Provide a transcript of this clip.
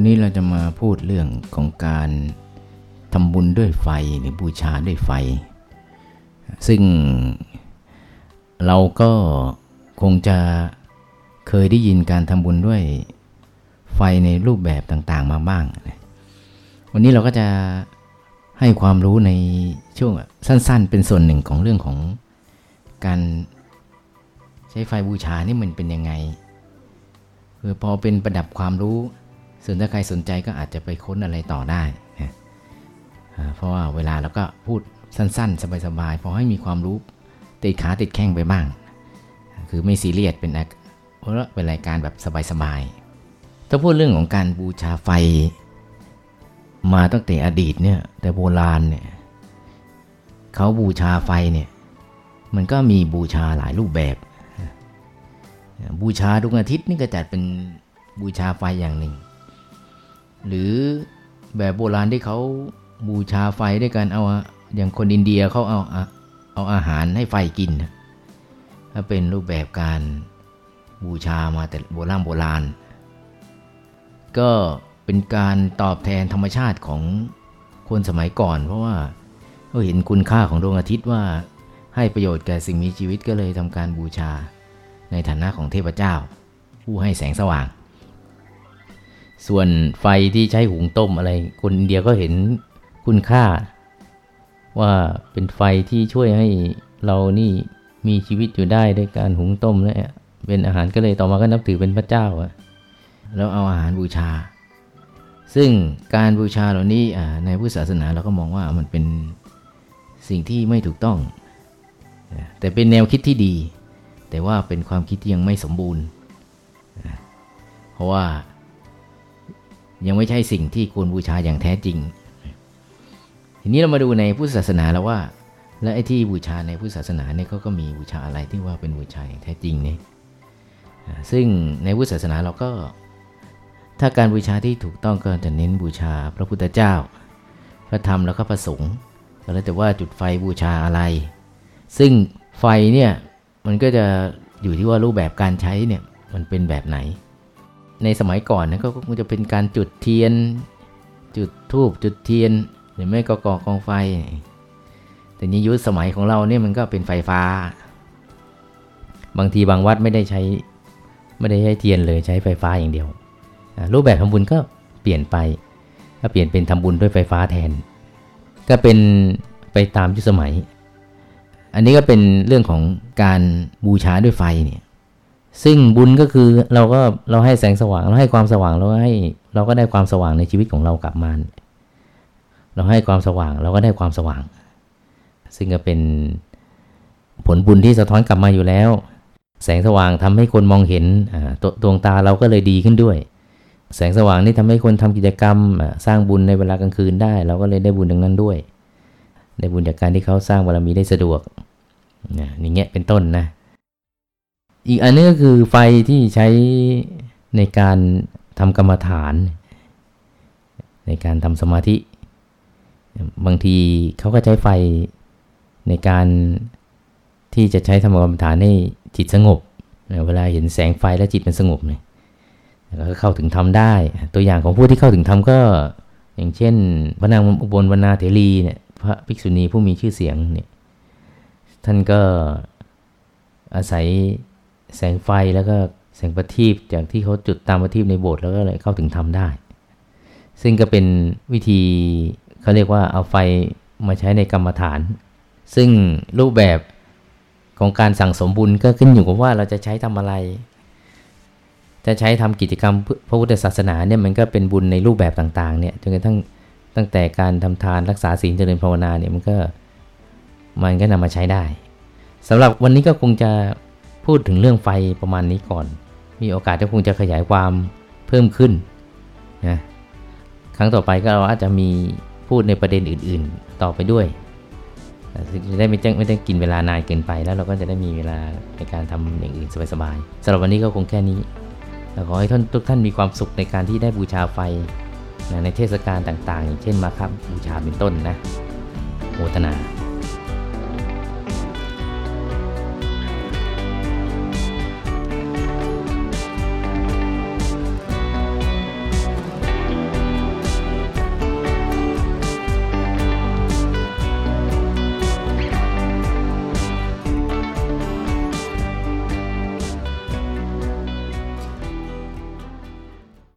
วันนี้เราจะมาพูดเรื่องของการทำบุญด้วยไฟหรือบูชาด้วยไฟซึ่งเราก็คงจะเคยได้ยินการทำบุญด้วยไฟในรูปแบบต่างๆมาบ้างวันนี้เราก็จะให้ความรู้ในช่วงสั้นๆเป็นส่วนหนึ่งของเรื่องของการใช้ไฟบูชานี่มันเป็นยังไงคือพอเป็นประดับความรู้ส่วนถ้าใครสนใจก็อาจจะไปค้นอะไรต่อได้นะเพราะว่าเวลาเราก็พูดสั้นๆสบายๆพอให้มีความรู้ติดขาติดแข้งไปบ้างคือไม่ซีเรียสเป็นรายการแบบสบายๆถ้าพูดเรื่องของการบูชาไฟมาตั้งแต่อดีตเนี่ยแต่โบราณเนี่ยเขาบูชาไฟเนี่ยมันก็มีบูชาหลายรูปแบบบูชาดวงอาทิตย์นี่ก็จัดเป็นบูชาไฟอย่างหนึ่งหรือแบบโบราณที่เขาบูชาไฟด้วยกันเอาอย่างคนอินเดียเขาเอาอาหารให้ไฟกินถ้าเป็นรูปแบบการบูชามาแต่โบราณก็เป็นการตอบแทนธรรมชาติของคนสมัยก่อนเพราะว่าเขาเห็นคุณค่าของดวงอาทิตย์ว่าให้ประโยชน์แก่สิ่งมีชีวิตก็เลยทำการบูชาในฐานะของเทพเจ้าผู้ให้แสงสว่างส่วนไฟที่ใช้หุงต้มอะไรคนอินเดียก็เห็นคุณค่าว่าเป็นไฟที่ช่วยให้เรานี่มีชีวิตอยู่ได้ด้วยการหุงต้มและเป็นอาหารก็เลยต่อมาก็นับถือเป็นพระเจ้าแล้วเอาอาหารบูชาซึ่งการบูชาเหล่านี้ในพุทธศาสนาเราก็มองว่ามันเป็นสิ่งที่ไม่ถูกต้องแต่เป็นแนวคิดที่ดีแต่ว่าเป็นความคิดที่ยังไม่สมบูรณ์เพราะว่ายังไม่ใช่สิ่งที่ควรบูชาอย่างแท้จริงทีนี้เรามาดูในพุทธศาสนาแล้วว่าและไอ้ที่บูชาในพุทธศาสนาเนี่ยเขาก็มีบูชาอะไรที่ว่าเป็นบูชาอย่างแท้จริงเนี่ยซึ่งในพุทธศาสนาเราก็ถ้าการบูชาที่ถูกต้องก็จะเน้นบูชาพระพุทธเจ้าพระธรรมแล้วก็พระสงฆ์แล้วแต่ว่าจุดไฟบูชาอะไรซึ่งไฟเนี่ยมันก็จะอยู่ที่ว่ารูปแบบการใช้เนี่ยมันเป็นแบบไหนในสมัยก่อนนะก็คงจะเป็นการจุดเทียนจุดธูปจุดเทียนหรือไม่ก็ก่อกองไฟแต่นี้ยุคสมัยของเราเนี่ยมันก็เป็นไฟฟ้าบางทีบางวัดไม่ได้ใช้เทียนเลยใช้ไฟฟ้าอย่างเดียวรูปแบบทำบุญก็เปลี่ยนไปก็เปลี่ยนเป็นทำบุญด้วยไฟฟ้าแทนก็เป็นไปตามยุคสมัยอันนี้ก็เป็นเรื่องของการบูชาด้วยไฟเนี่ยซึ่งบุญก็คือเราให้แสงสว่างเราให้ความสว่างเราก็ได้ความสว่างในชีวิตของเรากลับมาเราให้ความสว่างเราก็ได้ความสว่างซึ่งก็เป็นผลบุญที่สะท้อนกลับมาอยู่แล้วแสงสว่างทำให้คนมองเห็นดวงตาเราก็เลยดีขึ้นด้วยแสงสว่างนี่ทำให้คนทำกิจกรรมสร้างบุญในเวลากลางคืนได้เราก็เลยได้บุญดังนั้นด้วยได้บุญจากการที่เขาสร้างบารมีได้สะดวกอย่างเงี้ยเป็นต้นนะอีกอันนึงก็คือไฟที่ใช้ในการทำกรรมฐานในการทำสมาธิบางทีเขาก็ใช้ไฟในการที่จะใช้ทำกรรมฐานให้จิตสงบเวลาเห็นแสงไฟแล้วจิตมันสงบเนี่ยก็เข้าถึงธรรมได้ตัวอย่างของผู้ที่เข้าถึงธรรมก็อย่างเช่นพระนางอุบลวรรณาเถรีเนี่ยพระภิกษุณีผู้มีชื่อเสียงเนี่ยท่านก็อาศัยแสงไฟแล้วก็แสงประทีปจากที่เขาจุดตามประทีปในโบสถ์แล้วก็เลยเข้าถึงธรรมได้ซึ่งก็เป็นวิธีเขาเรียกว่าเอาไฟมาใช้ในกรรมฐานซึ่งรูปแบบของการสั่งสมบุญก็ขึ้นอยู่กับว่าเราจะใช้ทำอะไรจะใช้ทำกิจกรรมพระพุทธศาสนาเนี่ยมันก็เป็นบุญในรูปแบบต่างๆเนี่ยจนกระทั่งตั้งแต่การทำทานรักษาศีลเจริญภาวนาเนี่ยมันก็นำมาใช้ได้สำหรับวันนี้ก็คงจะพูดถึงเรื่องไฟประมาณนี้ก่อนมีโอกาสก็คงจะขยายความเพิ่มขึ้นนะครั้งต่อไปก็เราอาจจะมีพูดในประเด็นอื่นๆต่อไปด้วยจะได้ไม่ต้องกินเวลานานเกินไปแล้วเราก็จะได้มีเวลาในการทำอย่างอื่นสบายๆสำหรับวันนี้ก็คงแค่นี้แล้วขอให้ทุกท่านมีความสุขในการที่ได้บูชาไฟในเทศกาลต่างๆอย่างเช่นมาฆบูชาเป็นต้นนะโมทนา